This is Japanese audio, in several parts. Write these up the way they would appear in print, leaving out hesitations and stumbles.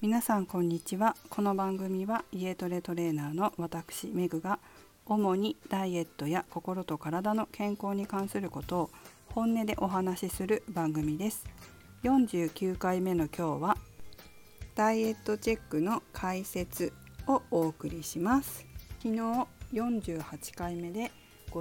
皆さんこんにちは。この番組は家トレトレーナーの私メグが主にダイエットや心と体の健康に関することを本音でお話しする番組です。49回目の今日はダイエットチェックの解説をお送りします。昨日48回目で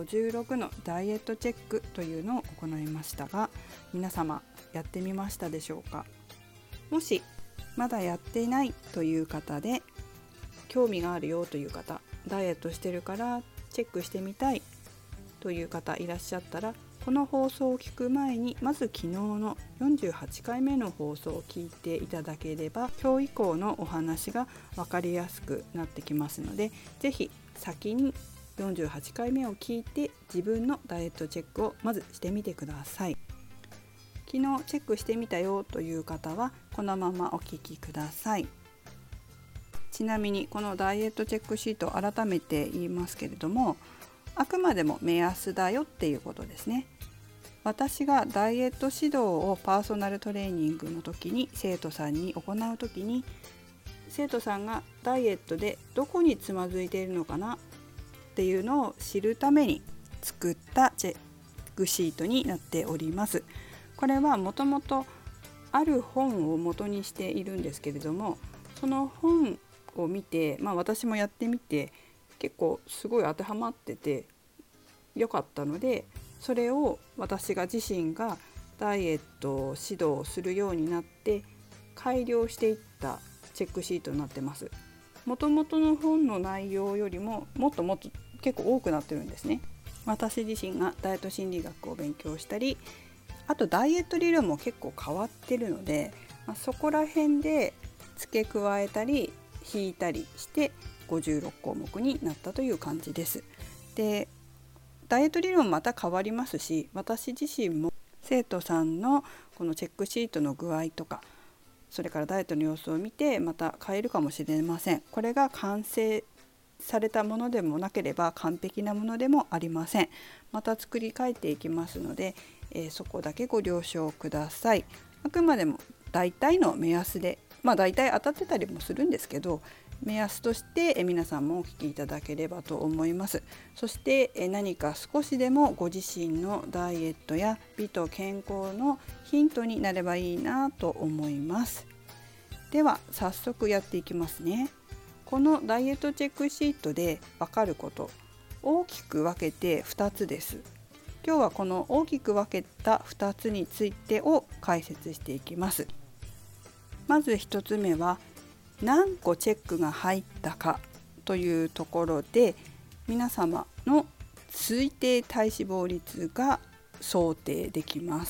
56のダイエットチェックというのを行いましたが、皆様やってみましたでしょうか？もしまだやっていないという方で、興味があるよという方、ダイエットしてるからチェックしてみたいという方いらっしゃったら、この放送を聞く前にまず昨日の48回目の放送を聞いていただければ、今日以降のお話が分かりやすくなってきますので、ぜひ先に48回目を聞いて自分のダイエットチェックをまずしてみてください。昨日チェックしてみたよという方はこのままお聞きください。ちなみにこのダイエットチェックシートを改めて言いますけれども、あくまでも目安だよっていうことですね。私がダイエット指導をパーソナルトレーニングの時に生徒さんに行う時に、生徒さんがダイエットでどこにつまずいているのかなっていうのを知るために作ったチェックシートになっております。これはもともとある本を元にしているんですけれども、その本を見て、私もやってみて結構すごい当てはまっててよかったので、それを私が自身がダイエットを指導するようになって改良していったチェックシートになってます。もともとの本の内容よりももっと結構多くなってるんですね。私自身がダイエット心理学を勉強したり、あとダイエット理論も結構変わってるので、そこら辺で付け加えたり引いたりして56項目になったという感じです。で、ダイエット理論また変わりますし、私自身も生徒さんのこのチェックシートの具合とか、それからダイエットの様子を見てまた変えるかもしれません。これが完成されたものでもなければ完璧なものでもありません。また作り変えていきますので、そこだけご了承ください。あくまでも大体の目安で、大体当たってたりもするんですけど、目安として皆さんもお聞きいただければと思います。そして何か少しでもご自身のダイエットや美と健康のヒントになればいいなと思います。では早速やっていきますね。このダイエットチェックシートで分かること、大きく分けて2つです。今日はこの大きく分けた2つについてを解説していきます。まず1つ目は何個チェックが入ったかというところで、皆様の推定体脂肪率が想定できます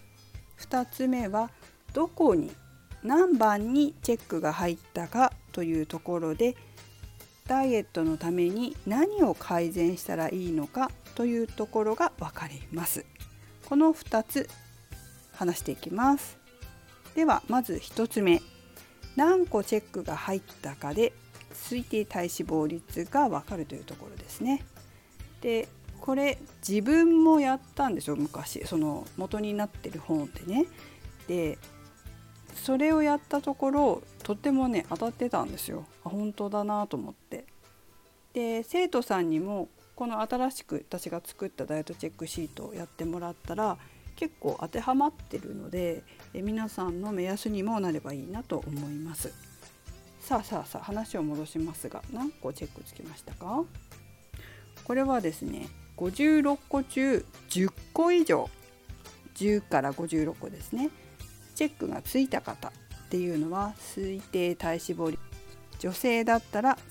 。2つ目はどこに何番にチェックが入ったかというところで、ダイエットのために何を改善したらいいのかというところが分かります。この2つ話していきます。ではまず1つ目、何個チェックが入ったかで推定体脂肪率が分かるというところですね。で、これ自分もやったんですよ、昔。その元になってる本でね。で、それをやったところとっても当たってたんですよ。本当だなと思って。で、生徒さんにもこの新しく私が作ったダイエットチェックシートをやってもらったら結構当てはまってるので、皆さんの目安にもなればいいなと思います。さあ話を戻しますが、何個チェックつきましたか？これはですね、56個中10個以上、10から56個ですね、チェックがついた方っていうのは推定体脂肪率、女性だったら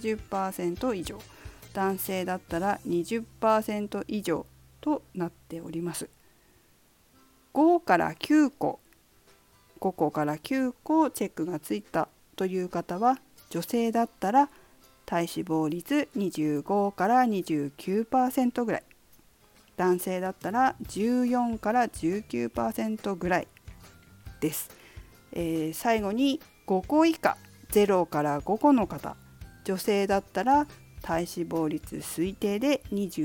30% 以上、男性だったら 20% 以上となっております。5から9個、5個から9個チェックがついたという方は、女性だったら体脂肪率25から 29% ぐらい、男性だったら14から 19% ぐらいです。最後に5個以下、0から5個の方、女性だったら体脂肪率推定で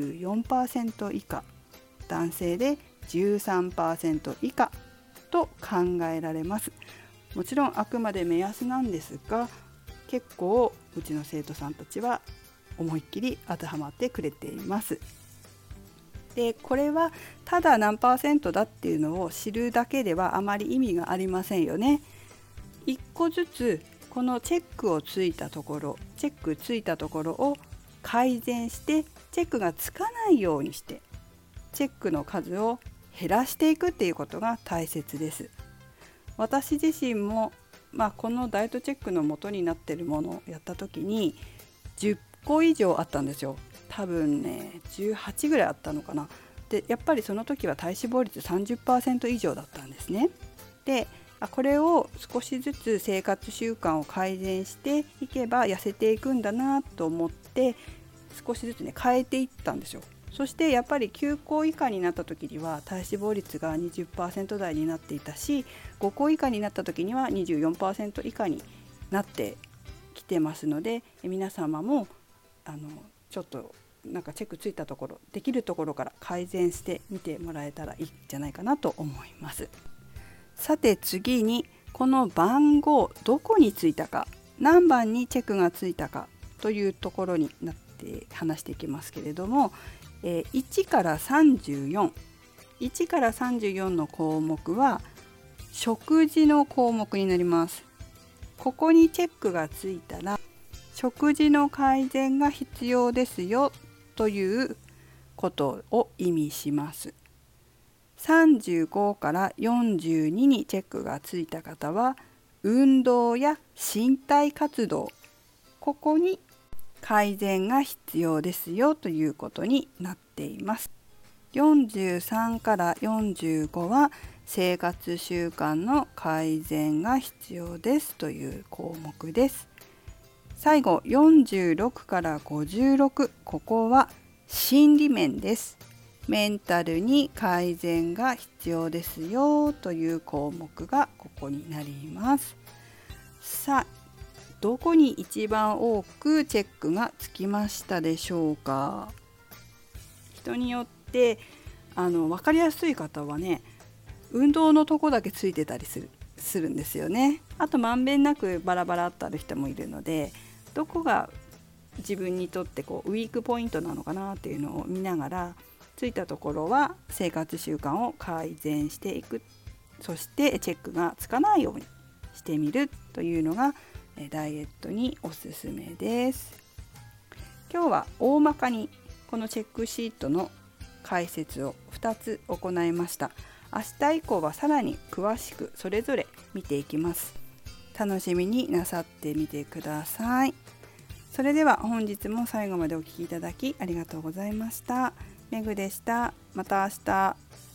24% 以下、男性で 13% 以下と考えられます。 もちろんあくまで目安なんですが、結構うちの生徒さんたちは思いっきり当てはまってくれています。でこれはただ何%だっていうのを知るだけではあまり意味がありませんよね。1個ずつこのチェックついたところを改善して、チェックがつかないようにしてチェックの数を減らしていくっていうことが大切です。私自身も、このダイエットチェックの元になっているものをやった時に10個以上あったんですよ。多分ね18ぐらいあったのかな。でやっぱりその時は体脂肪率 30% 以上だったんですね。でこれを少しずつ生活習慣を改善していけば痩せていくんだなと思って少しずつね変えていったんですよ。そしてやっぱり9個以下になった時には体脂肪率が 20% 台になっていたし、5個以下になった時には 24% 以下になってきてますので、皆様もちょっとなんかチェックついたところ、できるところから改善してみてもらえたらいいんじゃないかなと思います。さて次に、この番号どこについたか、何番にチェックがついたかというところになって話していきますけれども、1から34の項目は食事の項目になります。ここにチェックがついたら食事の改善が必要ですよということを意味します。35から42にチェックがついた方は運動や身体活動、ここに改善が必要ですよということになっています。43から45は生活習慣の改善が必要ですという項目です。最後46から56、ここは心理面です。メンタルに改善が必要ですよという項目がここになります。さあ、どこに一番多くチェックがつきましたでしょうか。人によって分かりやすい方はね、運動のとこだけついてたりするんですよね。あとまんべんなくバラバラってある人もいるので、どこが自分にとってウィークポイントなのかなっていうのを見ながら、ついたところは生活習慣を改善していく、そしてチェックがつかないようにしてみるというのがダイエットにおすすめです。今日は大まかにこのチェックシートの解説を2つ行いました。明日以降はさらに詳しくそれぞれ見ていきます。楽しみになさってみてください。それでは本日も最後までお聞きいただきありがとうございました。めぐでした。また明日。